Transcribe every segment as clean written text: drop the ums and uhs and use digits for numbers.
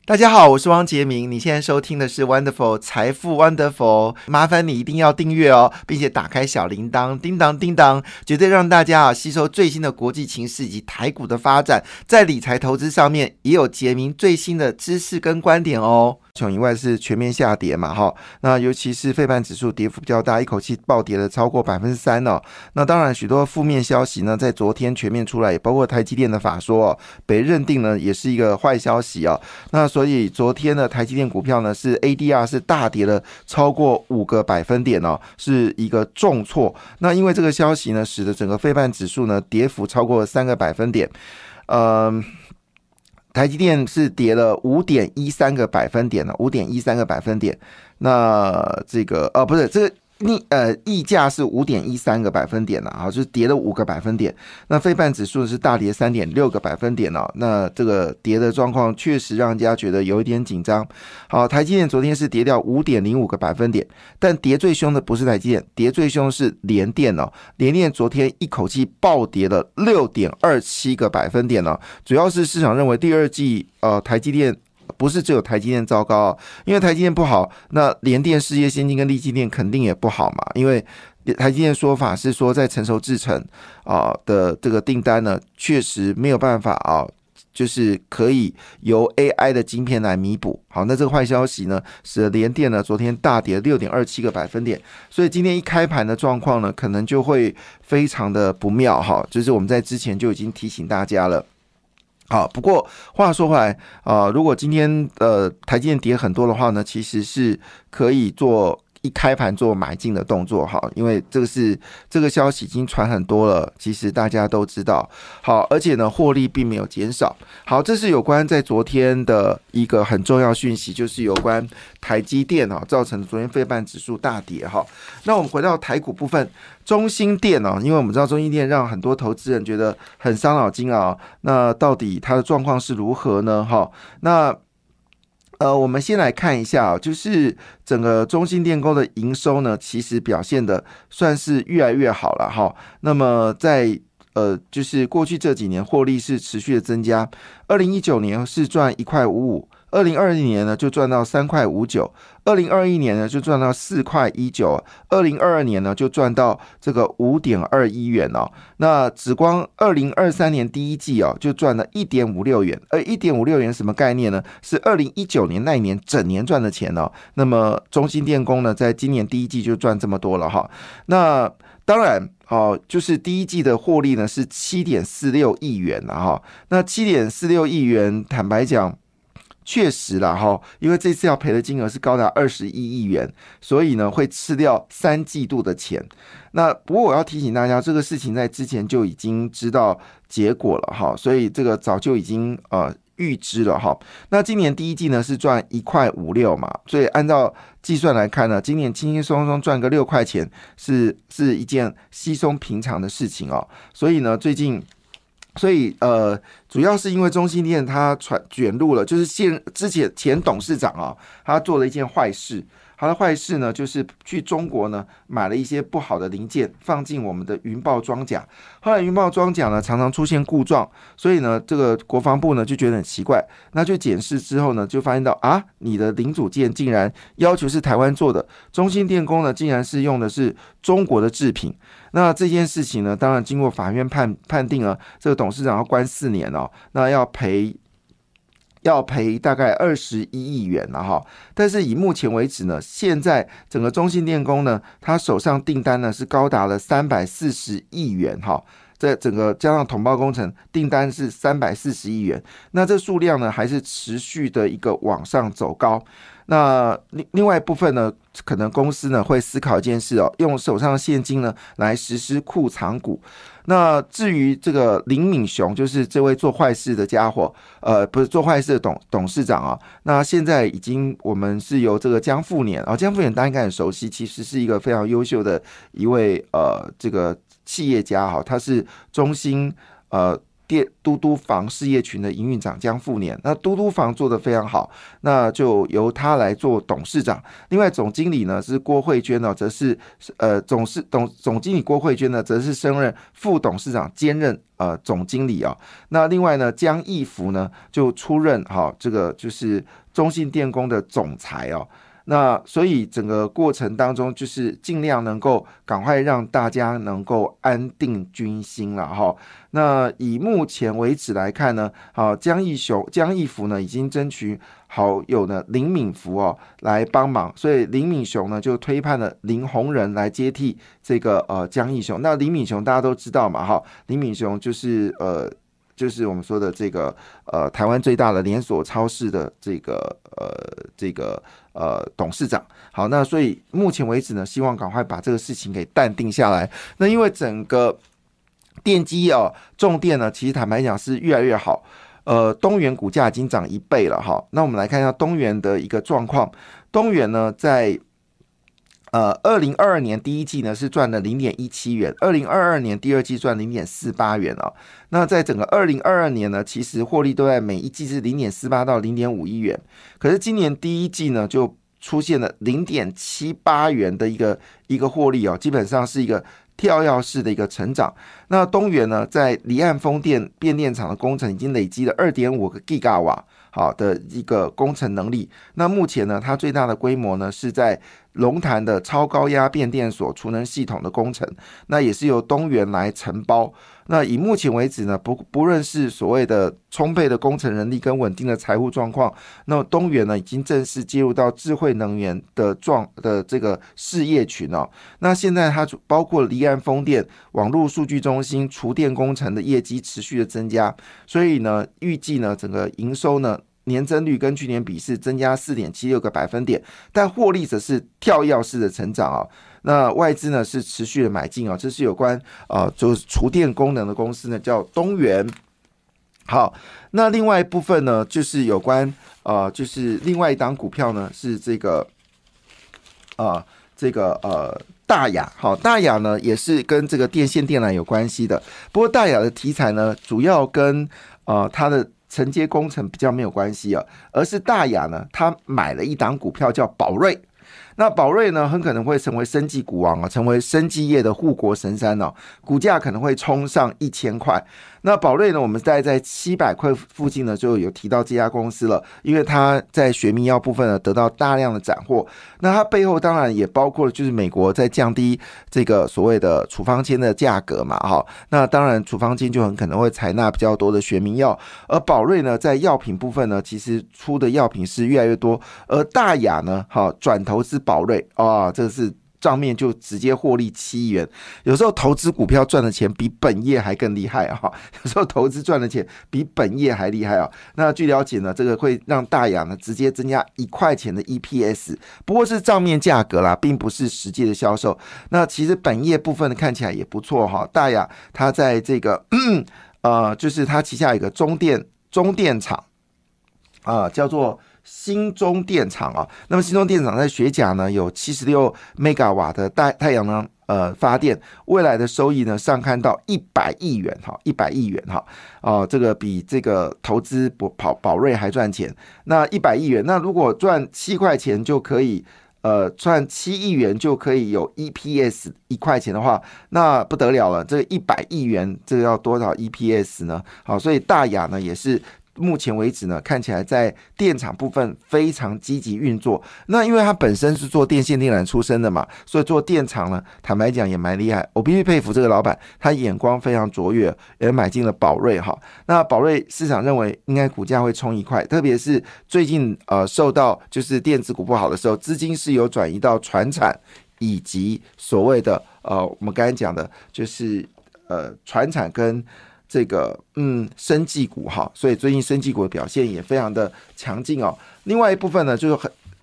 大家好，我是汪杰明，你现在收听的是 Wonderful 财富 Wonderful， 麻烦你一定要订阅哦，并且打开小铃铛，叮当叮当，绝对让大家吸收最新的国际情势以及台股的发展，在理财投资上面也有杰明最新的知识跟观点哦。以外是全面下跌嘛，那尤其是费半指数跌幅比较大，一口气暴跌了超过 3% 哦。那当然许多负面消息呢在昨天全面出来，也包括台积电的法说被认定呢也是一个坏消息哦。那所以昨天的台积电股票呢是 ADR 是大跌了超过5个百分点哦，是一个重挫。那因为这个消息呢使得整个费半指数呢跌幅超过3个百分点，台积电是跌了 5.13 个百分点 5.13 个百分点。那这个不是这个溢价是 5.13 个百分点就是跌了5个百分点。那费半指数是大跌 3.6 个百分点那这个跌的状况确实让人家觉得有一点紧张。好，台积电昨天是跌掉 5.05 个百分点，但跌最凶的不是台积电，跌最凶是联电联电昨天一口气暴跌了 6.27 个百分点主要是市场认为第二季台积电不是只有台积电糟糕因为台积电不好，那联电、世界先进跟力积电肯定也不好嘛。因为台积电说法是说，在成熟制程的这个订单呢，确实没有办法就是可以由 AI 的晶片来弥补。好，那这个坏消息呢，使得联电呢昨天大跌 6.27 个百分点，所以今天一开盘的状况呢，可能就会非常的不妙就是我们在之前就已经提醒大家了。好，不过话说回来如果今天台积电跌很多的话呢，其实是可以做一开盘做买进的动作因为这个消息已经传很多了，其实大家都知道。好，而且呢获利并没有减少。好，这是有关在昨天的一个很重要讯息，就是有关台积电造成昨天费半指数大跌那我们回到台股部分，中兴电因为我们知道中兴电让很多投资人觉得很伤脑筋那到底它的状况是如何呢那我们先来看一下就是整个中兴电工的营收呢，其实表现的算是越来越好了那么在就是过去这几年获利是持续的增加，2019年是赚1.55块，2020年呢就赚到3.59块，2021年呢就赚到4.19块，2022年呢就赚到这个5.21元那只光2023年第一季就赚了1.56元，而1.56元什么概念呢？是2019年那一年整年赚的钱那么中兴电工呢，在今年第一季就赚这么多了那当然就是第一季的获利呢是 7.46 亿元那 7.46 亿元坦白讲确实啦因为这次要赔的金额是高达21亿元，所以呢会吃掉3季度的钱。那不过我要提醒大家，这个事情在之前就已经知道结果了所以这个早就已经预知了那今年第一季呢是赚1.56块嘛，所以按照计算来看呢，今年轻轻松松赚个6块钱是一件稀松平常的事情所以呢主要是因为中兴电他卷入了，就是前董事长他做了一件坏事。他的坏事呢，就是去中国呢买了一些不好的零件，放进我们的云豹装甲。后来云豹装甲呢常常出现故障，所以呢这个国防部呢就觉得很奇怪，那就检视之后呢就发现到你的零组件竟然要求是台湾做的，中兴电工呢竟然是用的是中国的制品。那这件事情呢，当然经过法院判定了，这个董事长要关4年那要赔大概21亿元但是以目前为止呢，现在整个中兴电工呢，他手上订单呢是高达了340亿元在整个加上统包工程订单是340亿元，那这数量呢还是持续的一个往上走高。那另外一部分呢，可能公司呢会思考一件事用手上的现金呢来实施库藏股。那至于这个林敏雄，就是这位做坏事的家伙，不是做坏事的董事长那现在已经我们是由这个江富年江富年大家应该很熟悉，其实是一个非常优秀的一位这个企业家他是中兴都都房事业群的营运长江富年。那都都房做得非常好，那就由他来做董事长。另外总经理呢是郭慧娟呢，则是总经理郭慧娟呢，则是升任副董事长兼任总经理啊。那另外呢，江义福呢就出任这个就是中信电工的总裁哦。那所以整个过程当中，就是尽量能够赶快让大家能够安定军心了哈。那以目前为止来看呢，江义福呢已经争取好友呢林敏福来帮忙，所以林敏雄呢就推派了林鸿仁来接替这个江义雄。那林敏雄大家都知道嘛哈，林敏雄就是我们说的这个台湾最大的连锁超市的这个董事长。好，那所以目前为止呢，希望赶快把这个事情给淡定下来。那因为整个电机重电呢，其实坦白讲是越来越好。东元股价已经涨1倍了哈。那我们来看一下东元的一个状况。东元呢，在2022年第一季呢是赚了 0.17 元，2022年第二季赚 0.48 元哦。那在整个2022年呢，其实获利都在每一季是 0.48 到 0.51 元，可是今年第一季呢就出现了 0.78 元的一个获利哦，基本上是一个跳跃式的一个成长。那东元呢，在离岸风电变电厂的工程已经累积了 2.5 个 吉瓦好的一个工程能力。那目前呢，它最大的规模呢是在龙潭的超高压变电所储能系统的工程，那也是由东元来承包。那以目前为止呢，不论是所谓的充沛的工程人力跟稳定的财务状况，那东元呢已经正式介入到智慧能源的这个事业群哦。那现在它包括离岸风电、网络数据中心、厨电工程的业绩持续的增加，所以呢，预计呢整个营收呢年增率跟去年比是增加 4.76 个百分点，但获利则是跳跃式的成长哦。那外资呢是持续的买进哦，这是有关就是厨电功能的公司呢，叫东元。好，那另外一部分呢，就是有关就是另外一档股票呢是这个大亚。好，大亚呢也是跟这个电线电缆有关系的，不过大亚的题材呢主要跟它的承接工程比较没有关系啊，而是大亚呢，他买了一档股票叫宝瑞。那宝瑞呢，很可能会成为生技股王成为生技业的护国神山股价可能会冲上1000块。那宝瑞呢，我们大概在700块附近呢就有提到这家公司了，因为它在学名药部分呢得到大量的斩获。那它背后当然也包括了就是美国在降低这个所谓的处方签的价格嘛，那当然处方签就很可能会采纳比较多的学名药，而宝瑞呢在药品部分呢，其实出的药品是越来越多，而大亚呢转投资宝瑞这个是账面就直接获利7亿元。有时候投资股票赚的钱比本业还更厉害有时候投资赚的钱比本业还厉害那据了解呢，这个会让大亚呢直接增加1块钱的 EPS， 不过是账面价格啦，并不是实际的销售。那其实本业部分看起来也不错大亚它在这个就是它旗下有一个中电厂叫做新中电厂那么新中电厂在学甲呢有76 МW 瓦的太阳能发电，未来的收益呢上看到100亿元100亿元这个比这个投资宝瑞还赚钱。那100亿元，那如果赚7块钱就可以赚7亿元就可以有 EPS 1块钱的话，那不得了了，这个100亿元这个要多少 EPS 呢？好，所以大亚呢也是目前为止呢，看起来在电厂部分非常积极运作。那因为他本身是做电线电缆出身的嘛，所以做电厂呢，坦白讲也蛮厉害。我必须佩服这个老板，他眼光非常卓越，也买进了宝瑞那宝瑞市场认为应该股价会冲1块，特别是最近受到就是电子股不好的时候，资金是有转移到传产以及所谓的我们刚才讲的就是传产跟这个生技股所以最近生技股的表现也非常的强劲另外一部分呢，就是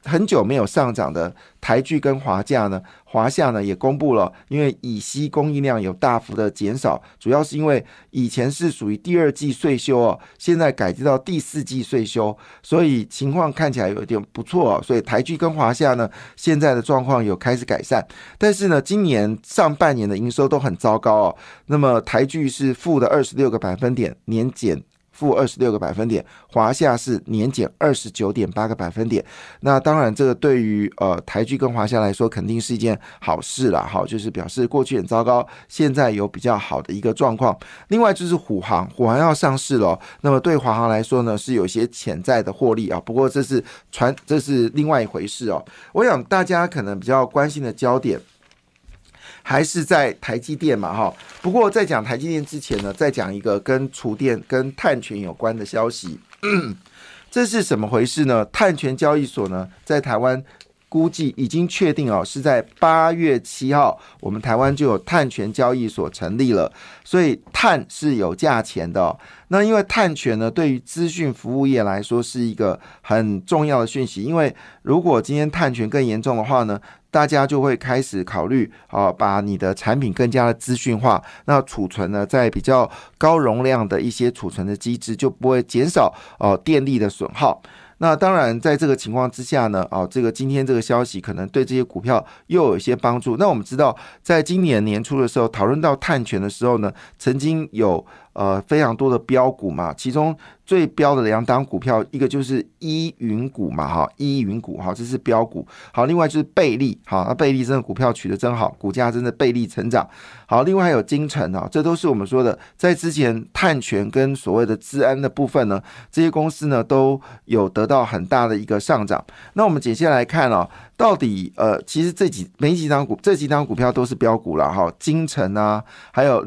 很久没有上涨的台聚跟华价呢，华夏呢也公布了，因为乙烯供应量有大幅的减少，主要是因为以前是属于第二季税休哦，现在改制到第四季税休，所以情况看起来有点不错哦，所以台聚跟华夏呢现在的状况有开始改善，但是呢今年上半年的营收都很糟糕哦，那么台聚是负的26个百分点，年减负26个百分点，华夏是年减29.8个百分点。那当然，这个对于台聚跟华夏来说，肯定是一件好事啦。好，就是表示过去很糟糕，现在有比较好的一个状况。另外就是虎航要上市了，那么对华航来说呢，是有一些潜在的获利啊。不过这是另外一回事哦。我想大家可能比较关心的焦点还是在台积电嘛，哈。不过在讲台积电之前呢，再讲一个跟厨电、跟碳权有关的消息。这是怎么回事呢？碳权交易所呢，在台湾估计已经确定哦，是在8月7号，我们台湾就有碳权交易所成立了。所以碳是有价钱的哦。那因为碳权呢，对于资讯服务业来说是一个很重要的讯息，因为如果今天碳权更严重的话呢，大家就会开始考虑把你的产品更加的资讯化，那储存呢，在比较高容量的一些储存的机制就不会减少电力的损耗。那当然在这个情况之下呢，这个今天这个消息可能对这些股票又有一些帮助。那我们知道在今年年初的时候讨论到碳权的时候呢，曾经有非常多的标股嘛，其中最标的2档股票，一个就是依云股嘛，哈，依云股哈，这是标股。好，另外就是贝利，好，那贝利真的股票取得真好，股价真的倍利成长。好，另外还有精诚啊，这都是我们说的，在之前碳权跟所谓的资安的部分呢，这些公司呢都有得到很大的一个上涨。那我们接下来看哦，到底其实这几档股票都是标股啦，哈，精诚啊，还有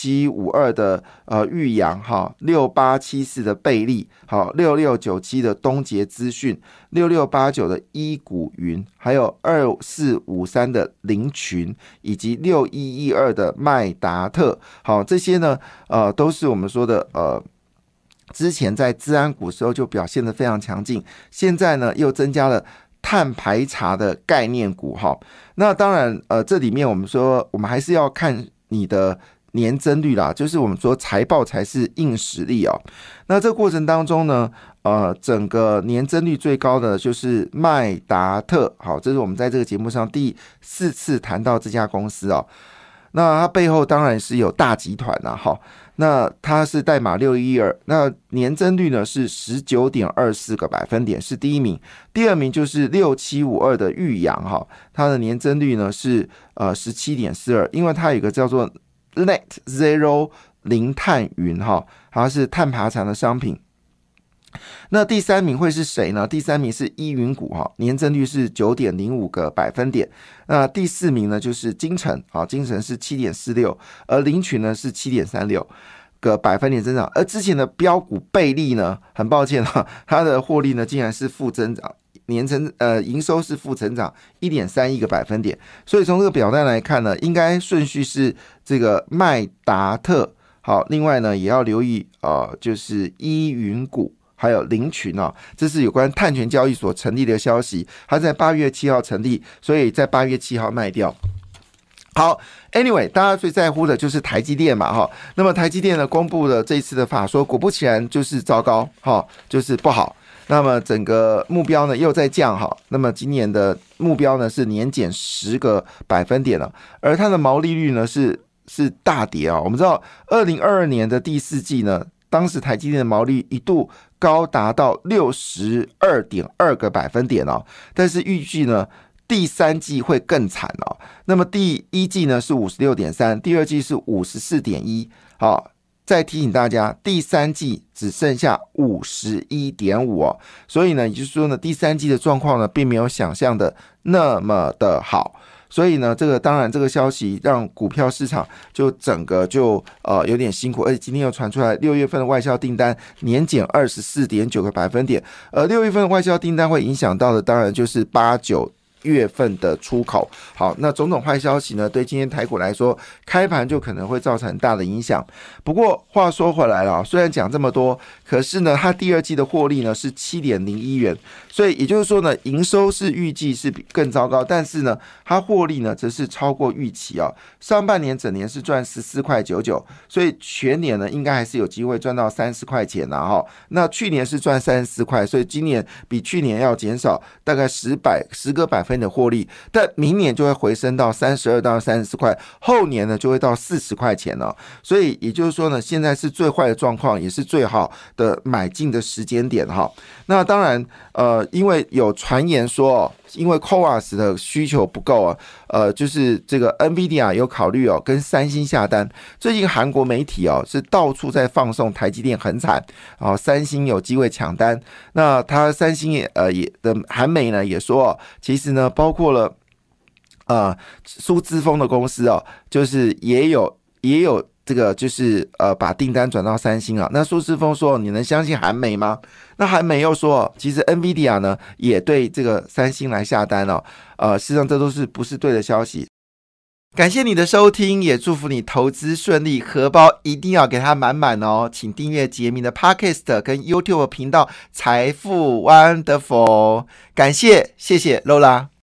6752的裕阳哈，6874的贝利，好，6697的东杰资讯，6689的一股云，还有2453的林群，以及6112的麦达特，好，这些呢都是我们说的之前在资安股时候就表现得非常强劲，现在呢又增加了碳排查的概念股哈。那当然这里面我们说我们还是要看你的年增率啦，就是我们说财报才是硬实力哦。那这个过程当中呢，整个年增率最高的就是麦达特，好，这是我们在这个节目上第4次谈到这家公司哦。那它背后当然是有大集团啦，好，那它是代码612，那年增率呢是 19.24个百分点，是第一名。第二名就是6752的裕阳哈，它的年增率呢是17.42，因为它有一个叫做 Net Zero 零碳云哈，它是碳排查的商品。那第三名会是谁呢？第三名是依云股哈，年增率是 9.05个百分点。那第四名呢就是精诚，好，精诚是 7.46， 而林群呢是 7.36个百分点增长。而之前的标股贝利呢，很抱歉哈，它的获利呢竟然是负增长，营收是负成长 1.31个百分点。所以从这个表单来看呢，应该顺序是这个麦达特，好，另外呢也要留意就是依云股还有林群哦，这是有关碳权交易所成立的消息，它在8月7号成立，所以在8月7号卖掉。好 ，anyway， 大家最在乎的就是台积电嘛，哈。那么台积电呢公布了这一次的法说，果不其然就是糟糕，哈，就是不好。那么整个目标呢又在降哈，那么今年的目标呢是年减10个百分点了，而它的毛利率呢是大跌啊。我们知道2022年的第4季呢，当时台积电的毛利一度高达到 62.2个百分点哦，但是预计呢第3季会更惨哦。那么第1季呢是 56.3， 第2季是 54.1， 好，再提醒大家，第3季只剩下 51.5 哦，所以呢也就是说呢，第3季的状况呢并没有想象的那么的好。所以呢，这个当然这个消息让股票市场就整个就有点辛苦，而且今天又传出来6月份的外销订单年减 24.9个百分点，6月份的外销订单会影响到的当然就是8、9 月份的出口。好，那种种坏消息呢，对今天台股来说，开盘就可能会造成很大的影响。不过话说回来了，虽然讲这么多，可是呢，它第二季的获利呢是7.01元，所以也就是说呢，营收是预计是更糟糕，但是呢，它获利呢则是超过预期啊。上半年整年是赚14.99块，所以全年呢应该还是有机会赚到30块钱啦哈。那去年是赚34块，所以今年比去年要减少大概10个百分的获利，但明年就会回升到32到34块，后年呢就会到40块钱了。所以也就是说呢，现在是最坏的状况，也是最好的买进的时间点哈。那当然，因为有传言说，因为 CoWoS 的需求不够啊，就是这个 NVIDIA 有考虑跟三星下单。最近韩国媒体是到处在放送台积电很惨，三星有机会抢单。那三星也的韩媒呢也说其实呢包括了苏姿丰的公司就是也有这个就是把订单转到三星啊。那苏姿丰说你能相信韩媒吗？那韩媒又说其实 NVIDIA 呢也对这个三星来下单事实上这都是不是对的消息。感谢你的收听，也祝福你投资顺利，荷包一定要给它满满哦。请订阅杰明的 Podcast 跟 YouTube 频道财富 Wonderful。感谢，谢谢 Lola。